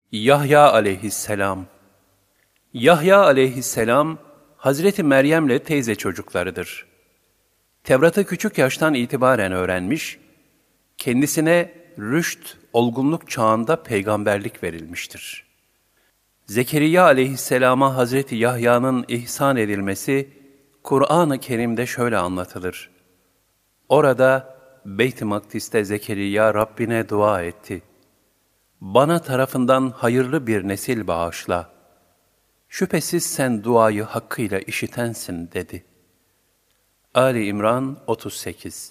Yahya aleyhisselam. Yahya aleyhisselam, Hazreti Meryem'le teyze çocuklarıdır. Tevrat'ı küçük yaştan itibaren öğrenmiş, kendisine rüşt, olgunluk çağında peygamberlik verilmiştir. Zekeriya aleyhisselama Hazreti Yahya'nın ihsan edilmesi, Kur'an-ı Kerim'de şöyle anlatılır. Orada Beyt-i Makdis'te Zekeriya Rabbine dua etti. Bana tarafından hayırlı bir nesil bağışla. Şüphesiz sen duayı hakkıyla işitensin dedi. Ali İmran 38.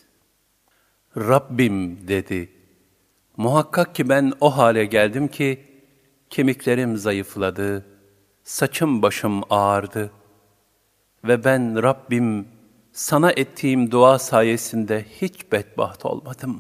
Rabbim dedi. Muhakkak ki ben o hale geldim ki, kemiklerim zayıfladı, saçım başım ağardı. Ve ben Rabbim, sana ettiğim dua sayesinde hiç bedbaht olmadım.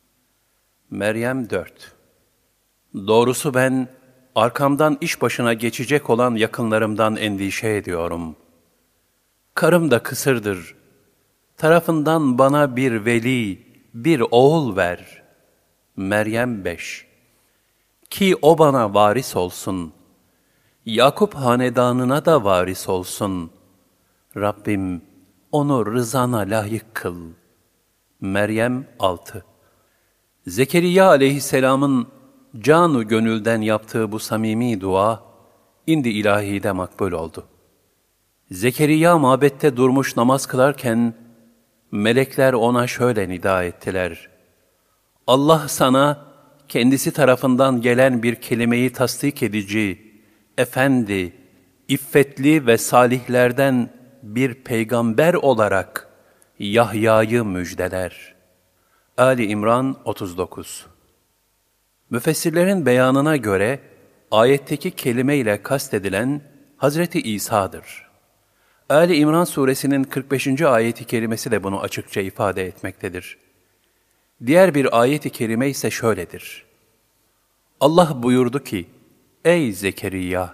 Meryem 4. Doğrusu ben, arkamdan iş başına geçecek olan yakınlarımdan endişe ediyorum. Karım da kısırdır. Tarafından bana bir veli, bir oğul ver. Meryem 5. Ki o bana varis olsun. Yakup hanedanına da varis olsun. Rabbim, onu rızana layık kıl. Meryem 6. Zekeriya aleyhisselamın can-ı gönülden yaptığı bu samimi dua, indi ilahide makbul oldu. Zekeriya mabette durmuş namaz kılarken, melekler ona şöyle nida ettiler. Allah sana, kendisi tarafından gelen bir kelimeyi tasdik edici, efendi, iffetli ve salihlerden bir peygamber olarak Yahya'yı müjdeler. Ali İmran 39. Müfessirlerin beyanına göre, ayetteki kelime ile kastedilen Hazreti İsa'dır. Ali İmran suresinin 45. ayeti kerimesi de bunu açıkça ifade etmektedir. Diğer bir ayeti kerime ise şöyledir. Allah buyurdu ki, ey Zekeriya!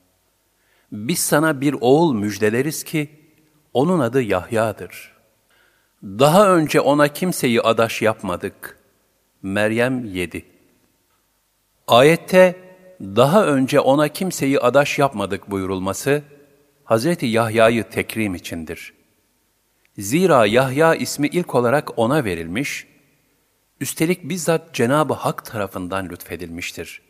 Biz sana bir oğul müjdeleriz ki, onun adı Yahya'dır. Daha önce ona kimseyi adaş yapmadık. Meryem 7. Ayette, daha önce ona kimseyi adaş yapmadık buyurulması, Hazreti Yahya'yı tekrim içindir. Zira Yahya ismi ilk olarak ona verilmiş, üstelik bizzat Cenab-ı Hak tarafından lütfedilmiştir.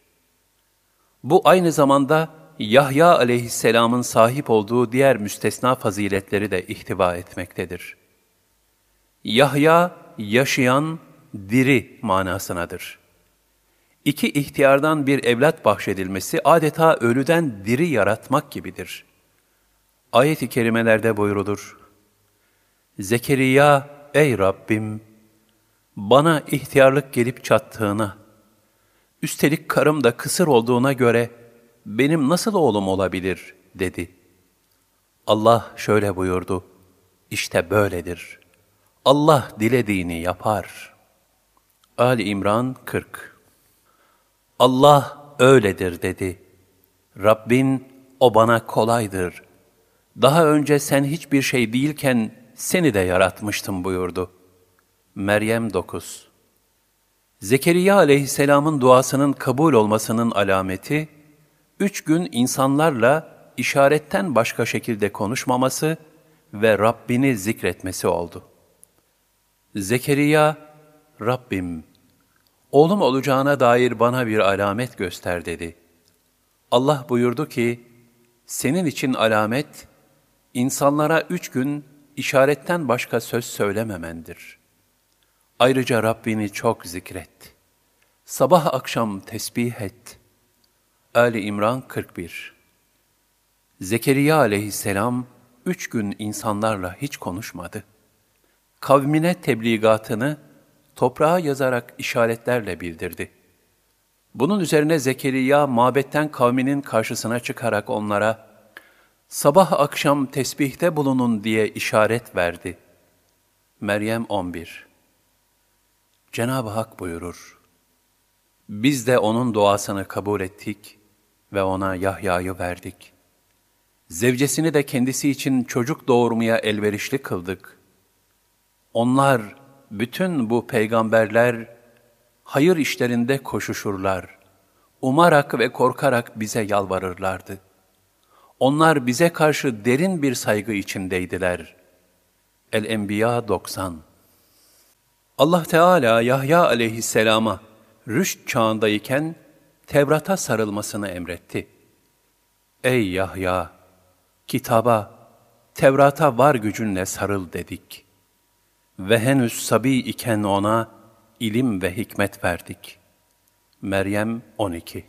Bu aynı zamanda Yahya aleyhisselamın sahip olduğu diğer müstesna faziletleri de ihtiva etmektedir. Yahya, yaşayan, diri manasınadır. İki ihtiyardan bir evlat bahşedilmesi adeta ölüden diri yaratmak gibidir. Ayet-i kerimelerde buyrulur. Zekeriya, ey Rabbim! Bana ihtiyarlık gelip çattığına, üstelik karım da kısır olduğuna göre benim nasıl oğlum olabilir dedi. Allah şöyle buyurdu. İşte böyledir. Allah dilediğini yapar. Ali İmran 40. Allah öyledir dedi. Rabbin o bana kolaydır. Daha önce sen hiçbir şey değilken seni de yaratmıştım buyurdu. Meryem 9. Zekeriya aleyhisselamın duasının kabul olmasının alameti, 3 gün insanlarla işaretten başka şekilde konuşmaması ve Rabbini zikretmesi oldu. Zekeriya, Rabbim, oğlum olacağına dair bana bir alamet göster dedi. Allah buyurdu ki, senin için alamet, insanlara 3 gün işaretten başka söz söylememendir. Ayrıca Rabbini çok zikret. Sabah akşam tesbih et. Ali İmran 41. Zekeriya aleyhisselam 3 gün insanlarla hiç konuşmadı. Kavmine tebliğatını toprağa yazarak işaretlerle bildirdi. Bunun üzerine Zekeriya mabetten kavminin karşısına çıkarak onlara sabah akşam tesbihte bulunun diye işaret verdi. Meryem 11. Cenab-ı Hak buyurur. Biz de onun duasını kabul ettik ve ona Yahya'yı verdik. Zevcesini de kendisi için çocuk doğurmaya elverişli kıldık. Onlar, bütün bu peygamberler, hayır işlerinde koşuşurlar. umarak ve korkarak bize yalvarırlardı. Onlar bize karşı derin bir saygı içindeydiler. El-Enbiya 90. Allah Teala Yahya aleyhisselama rüşt çağındayken Tevrat'a sarılmasını emretti. Ey Yahya! Kitaba, Tevrat'a var gücünle sarıl dedik. Ve henüz sabi iken ona ilim ve hikmet verdik. Meryem 12.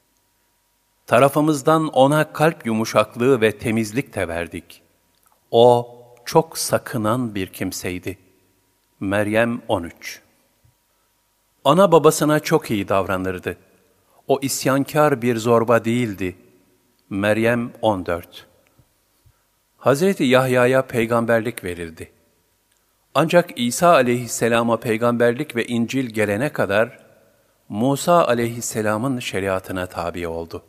Tarafımızdan ona kalp yumuşaklığı ve temizlik de verdik. O çok sakınan bir kimseydi. Meryem 13. Ana babasına çok iyi davranırdı. O isyankar bir zorba değildi. Meryem 14. Hazreti Yahya'ya peygamberlik verildi. Ancak İsa aleyhisselama peygamberlik ve İncil gelene kadar Musa aleyhisselamın şeriatına tabi oldu.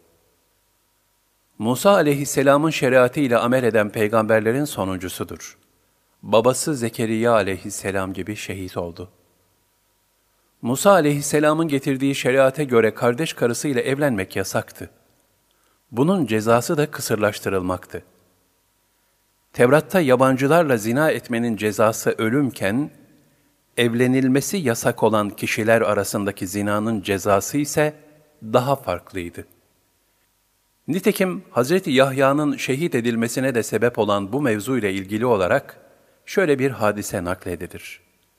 Musa aleyhisselamın şeriatı ile amel eden peygamberlerin sonuncusudur. Babası Zekeriya aleyhisselam gibi şehit oldu. Musa aleyhisselamın getirdiği şeriate göre kardeş karısıyla evlenmek yasaktı. Bunun cezası da kısırlaştırılmaktı. Tevrat'ta yabancılarla zina etmenin cezası ölümken, evlenilmesi yasak olan kişiler arasındaki zinanın cezası ise daha farklıydı. Nitekim Hz. Yahya'nın şehit edilmesine de sebep olan bu mevzu ile ilgili olarak şöyle bir hadise nakledilir.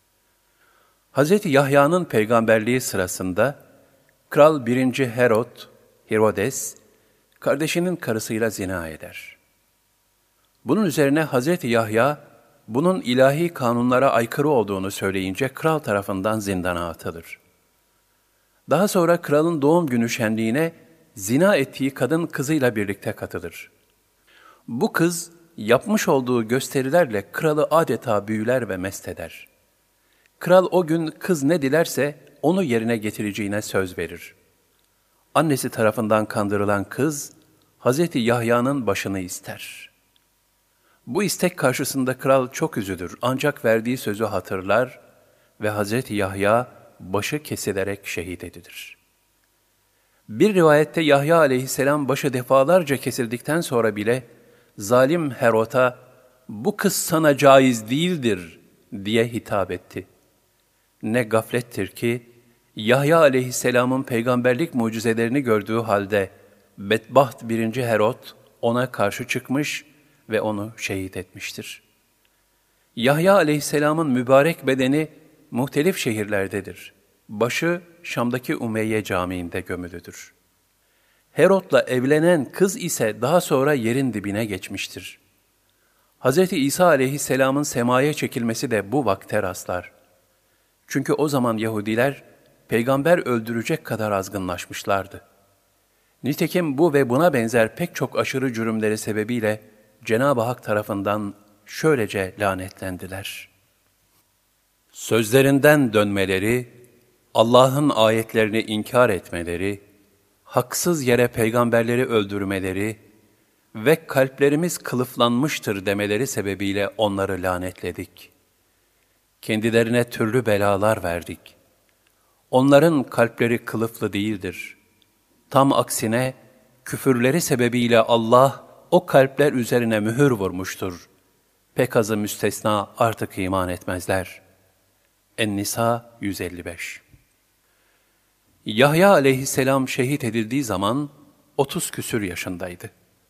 Hz. Yahya'nın peygamberliği sırasında Kral 1. Herodes, kardeşinin karısıyla zina eder. Bunun üzerine Hz. Yahya, bunun ilahi kanunlara aykırı olduğunu söyleyince kral tarafından zindana atılır. Daha sonra kralın doğum günü şenliğine zina ettiği kadın kızıyla birlikte katılır. Bu kız, yapmış olduğu gösterilerle kralı adeta büyüler ve mest eder. Kral o gün kız ne dilerse onu yerine getireceğine söz verir. Annesi tarafından kandırılan kız, Hz. Yahya'nın başını ister. Bu istek karşısında kral çok üzülür ancak verdiği sözü hatırlar ve Hz. Yahya başı kesilerek şehit edilir. Bir rivayette Yahya aleyhisselam başı defalarca kesildikten sonra bile zalim Herod'a "Bu kız sana caiz değildir" diye hitap etti. Ne gaflettir ki Yahya aleyhisselamın peygamberlik mucizelerini gördüğü halde bedbaht 1. Herod ona karşı çıkmış ve onu şehit etmiştir. Yahya aleyhisselamın mübarek bedeni muhtelif şehirlerdedir. Başı Şam'daki Umeyye Camii'nde gömülüdür. Herod'la evlenen kız ise daha sonra yerin dibine geçmiştir. Hz. İsa aleyhisselamın semaya çekilmesi de bu vakte rastlar. Çünkü o zaman Yahudiler peygamber öldürecek kadar azgınlaşmışlardı. Nitekim bu ve buna benzer pek çok aşırı cürümleri sebebiyle Cenab-ı Hak tarafından şöylece lanetlendiler. Sözlerinden dönmeleri, Allah'ın ayetlerini inkar etmeleri, haksız yere peygamberleri öldürmeleri ve kalplerimiz kılıflanmıştır demeleri sebebiyle onları lanetledik. Kendilerine türlü belalar verdik. Onların kalpleri kılıflı değildir. Tam aksine küfürleri sebebiyle Allah o kalpler üzerine mühür vurmuştur. Pek azı müstesna artık iman etmezler. En-Nisa 155. Yahya aleyhisselam şehit edildiği zaman 30 küsür yaşındaydı.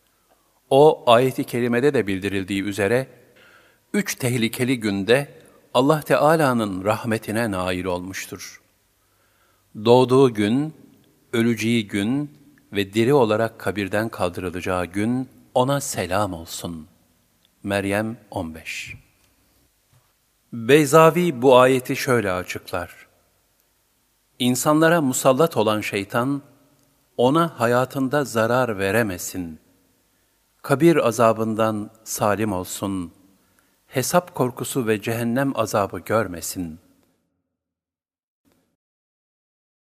O ayet-i kerimede de bildirildiği üzere 3 tehlikeli günde Allah Teala'nın rahmetine nail olmuştur. Doğduğu gün, öleceği gün ve diri olarak kabirden kaldırılacağı gün ona selam olsun. Meryem 15. Beyzavi bu ayeti şöyle açıklar. İnsanlara musallat olan şeytan, ona hayatında zarar veremesin. Kabir azabından salim olsun. Hesap korkusu ve cehennem azabı görmesin.